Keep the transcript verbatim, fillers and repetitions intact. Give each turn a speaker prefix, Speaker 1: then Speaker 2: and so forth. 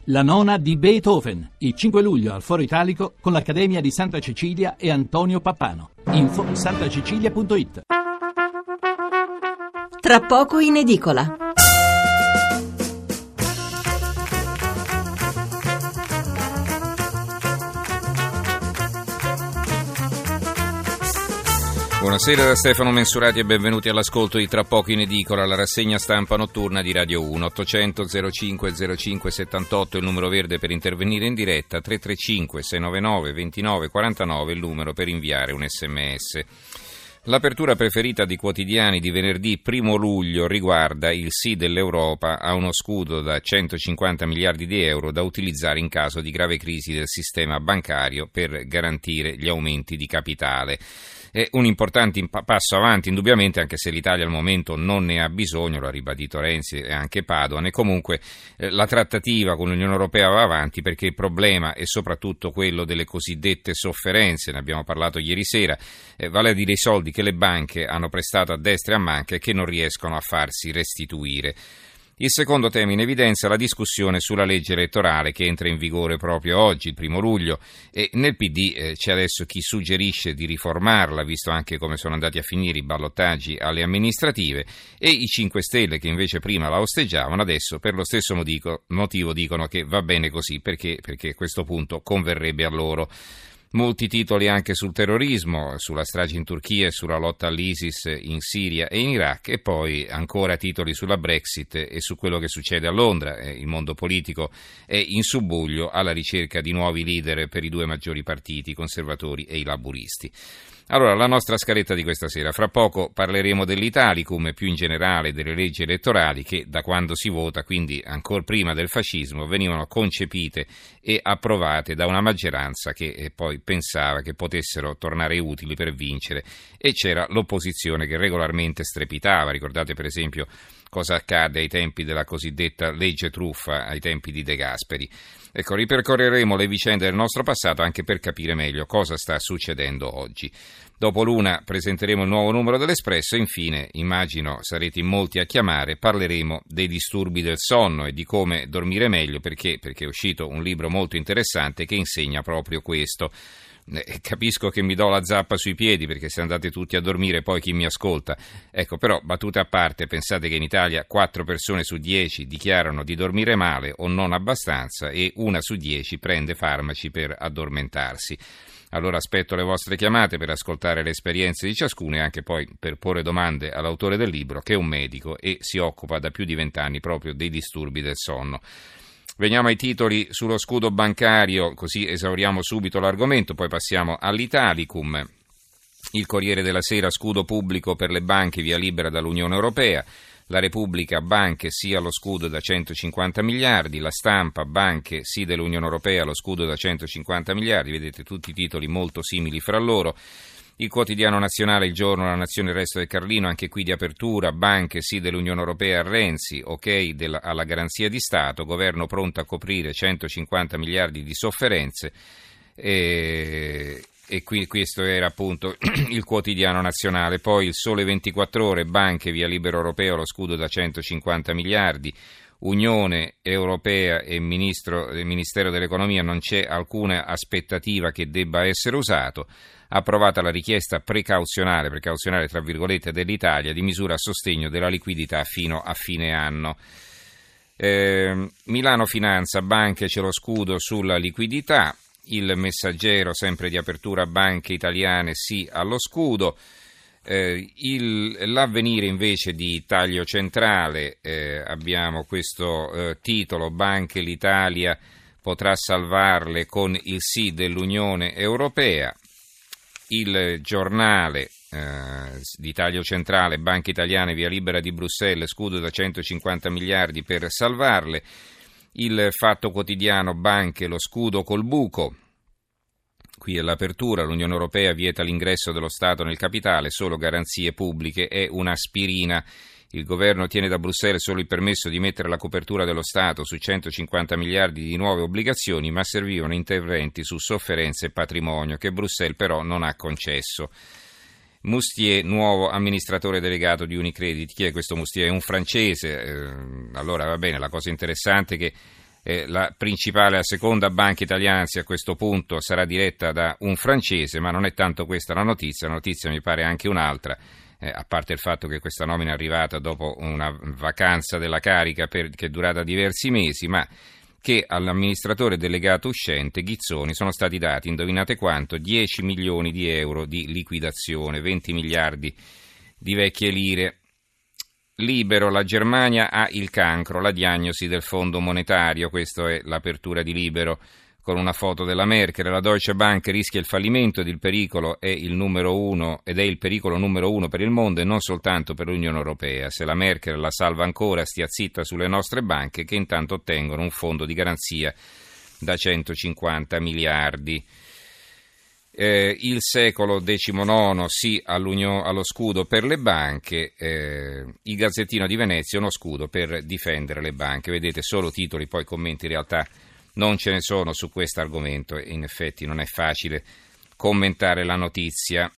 Speaker 1: La nona di Beethoven, il cinque luglio al Foro Italico con l'Accademia di Santa Cecilia e Antonio Pappano. Info santacecilia punto it.
Speaker 2: Tra poco in edicola.
Speaker 3: Buonasera da Stefano Mensurati e benvenuti all'ascolto di Tra poco in edicola, la rassegna stampa notturna di Radio uno. ottocento zero cinque zero cinque settantotto il numero verde per intervenire in diretta, tre tre cinque sei nove nove due nove quattro nove il numero per inviare un sms. L'apertura preferita di quotidiani di venerdì primo luglio riguarda il sì dell'Europa a uno scudo da centocinquanta miliardi di euro da utilizzare in caso di grave crisi del sistema bancario per garantire gli aumenti di capitale. È un importante passo avanti indubbiamente, anche se l'Italia al momento non ne ha bisogno, lo ha ribadito Renzi e anche Padoan, e comunque eh, la trattativa con l'Unione Europea va avanti perché il problema è soprattutto quello delle cosiddette sofferenze, ne abbiamo parlato ieri sera, eh, vale a dire i soldi che le banche hanno prestato a destra e a manca e che non riescono a farsi restituire. Il secondo tema in evidenza è la discussione sulla legge elettorale che entra in vigore proprio oggi, il primo luglio, e nel P D eh, c'è adesso chi suggerisce di riformarla, visto anche come sono andati a finire i ballottaggi alle amministrative, e i cinque Stelle che invece prima la osteggiavano, adesso per lo stesso motivo, motivo dicono che va bene così, perché, perché a questo punto converrebbe a loro. Molti titoli anche sul terrorismo, sulla strage in Turchia e sulla lotta all'ISIS in Siria e in Iraq, e poi ancora titoli sulla Brexit e su quello che succede a Londra. Il mondo politico è in subbuglio alla ricerca di nuovi leader per i due maggiori partiti, i conservatori e i laburisti. Allora, la nostra scaletta di questa sera. Fra poco parleremo dell'Italicum e più in generale delle leggi elettorali che da quando si vota, quindi ancora prima del fascismo, venivano concepite e approvate da una maggioranza che poi pensava che potessero tornare utili per vincere, e c'era l'opposizione che regolarmente strepitava. Ricordate per esempio cosa accadde ai tempi della cosiddetta legge truffa, ai tempi di De Gasperi. Ecco, ripercorreremo le vicende del nostro passato anche per capire meglio cosa sta succedendo oggi. Dopo l'una presenteremo il nuovo numero dell'Espresso e infine, immagino sarete in molti a chiamare, parleremo dei disturbi del sonno e di come dormire meglio, perché, perché è uscito un libro molto interessante che insegna proprio questo. Eh, capisco che mi do la zappa sui piedi perché se andate tutti a dormire poi chi mi ascolta. Ecco, però battute a parte, pensate che in Italia quattro persone su dieci dichiarano di dormire male o non abbastanza e una su dieci prende farmaci per addormentarsi. Allora aspetto le vostre chiamate per ascoltare le esperienze di ciascuno e anche poi per porre domande all'autore del libro, che è un medico e si occupa da più di vent'anni proprio dei disturbi del sonno. Veniamo ai titoli sullo scudo bancario, così esauriamo subito l'argomento, poi passiamo all'Italicum. Il Corriere della Sera, scudo pubblico per le banche, via libera dall'Unione Europea. La Repubblica, banche sì allo scudo da centocinquanta miliardi. La Stampa, banche sì dell'Unione Europea allo scudo da centocinquanta miliardi. Vedete tutti i titoli molto simili fra loro. Il Quotidiano Nazionale, Il Giorno, La Nazione, Il Resto del Carlino, anche qui di apertura, banche sì dell'Unione Europea a Renzi, ok della, alla garanzia di Stato, governo pronto a coprire centocinquanta miliardi di sofferenze, e, e qui questo era appunto il Quotidiano Nazionale. Poi Il Sole ventiquattro Ore, banche via libero europeo, lo scudo da centocinquanta miliardi. Unione Europea e Ministro, il Ministero dell'Economia, non c'è alcuna aspettativa che debba essere usato. Approvata la richiesta precauzionale, precauzionale tra virgolette, dell'Italia di misura a sostegno della liquidità fino a fine anno. Eh, Milano Finanza, banche c'è lo scudo sulla liquidità. Il Messaggero, sempre di apertura, banche italiane sì allo scudo. Eh, il, l'Avvenire invece di taglio centrale, eh, abbiamo questo eh, titolo: banche l'Italia potrà salvarle con il sì dell'Unione Europea. Il Giornale eh, di taglio centrale, banche italiane via libera di Bruxelles, scudo da centocinquanta miliardi per salvarle. Il Fatto Quotidiano, banche lo scudo col buco. Qui è l'apertura, l'Unione Europea vieta l'ingresso dello Stato nel capitale, solo garanzie pubbliche, è un'aspirina. Il governo ottiene da Bruxelles solo il permesso di mettere la copertura dello Stato su centocinquanta miliardi di nuove obbligazioni, ma servivano interventi su sofferenze e patrimonio, che Bruxelles però non ha concesso. Mustier, nuovo amministratore delegato di Unicredit. Chi è questo Mustier? È un francese. Eh, allora va bene, la cosa interessante è che Eh, la principale, la seconda banca italiana, anzi a questo punto, sarà diretta da un francese, ma non è tanto questa la notizia, la notizia mi pare anche un'altra, eh, a parte il fatto che questa nomina è arrivata dopo una vacanza della carica per, che è durata diversi mesi, ma che all'amministratore delegato uscente Ghizzoni sono stati dati, indovinate quanto, dieci milioni di euro di liquidazione, venti miliardi di vecchie lire. Libero, la Germania ha il cancro, la diagnosi del Fondo Monetario, questa è l'apertura di Libero con una foto della Merkel. La Deutsche Bank rischia il fallimento ed il pericolo è il numero uno ed è il pericolo numero uno per il mondo e non soltanto per l'Unione Europea. Se la Merkel la salva ancora, stia zitta sulle nostre banche che intanto ottengono un fondo di garanzia da centocinquanta miliardi. Eh, il secolo diciannove sì allo scudo per le banche, eh, il Gazzettino di Venezia uno scudo per difendere le banche. Vedete, solo titoli, poi commenti in realtà non ce ne sono su questo argomento e in effetti non è facile commentare la notizia.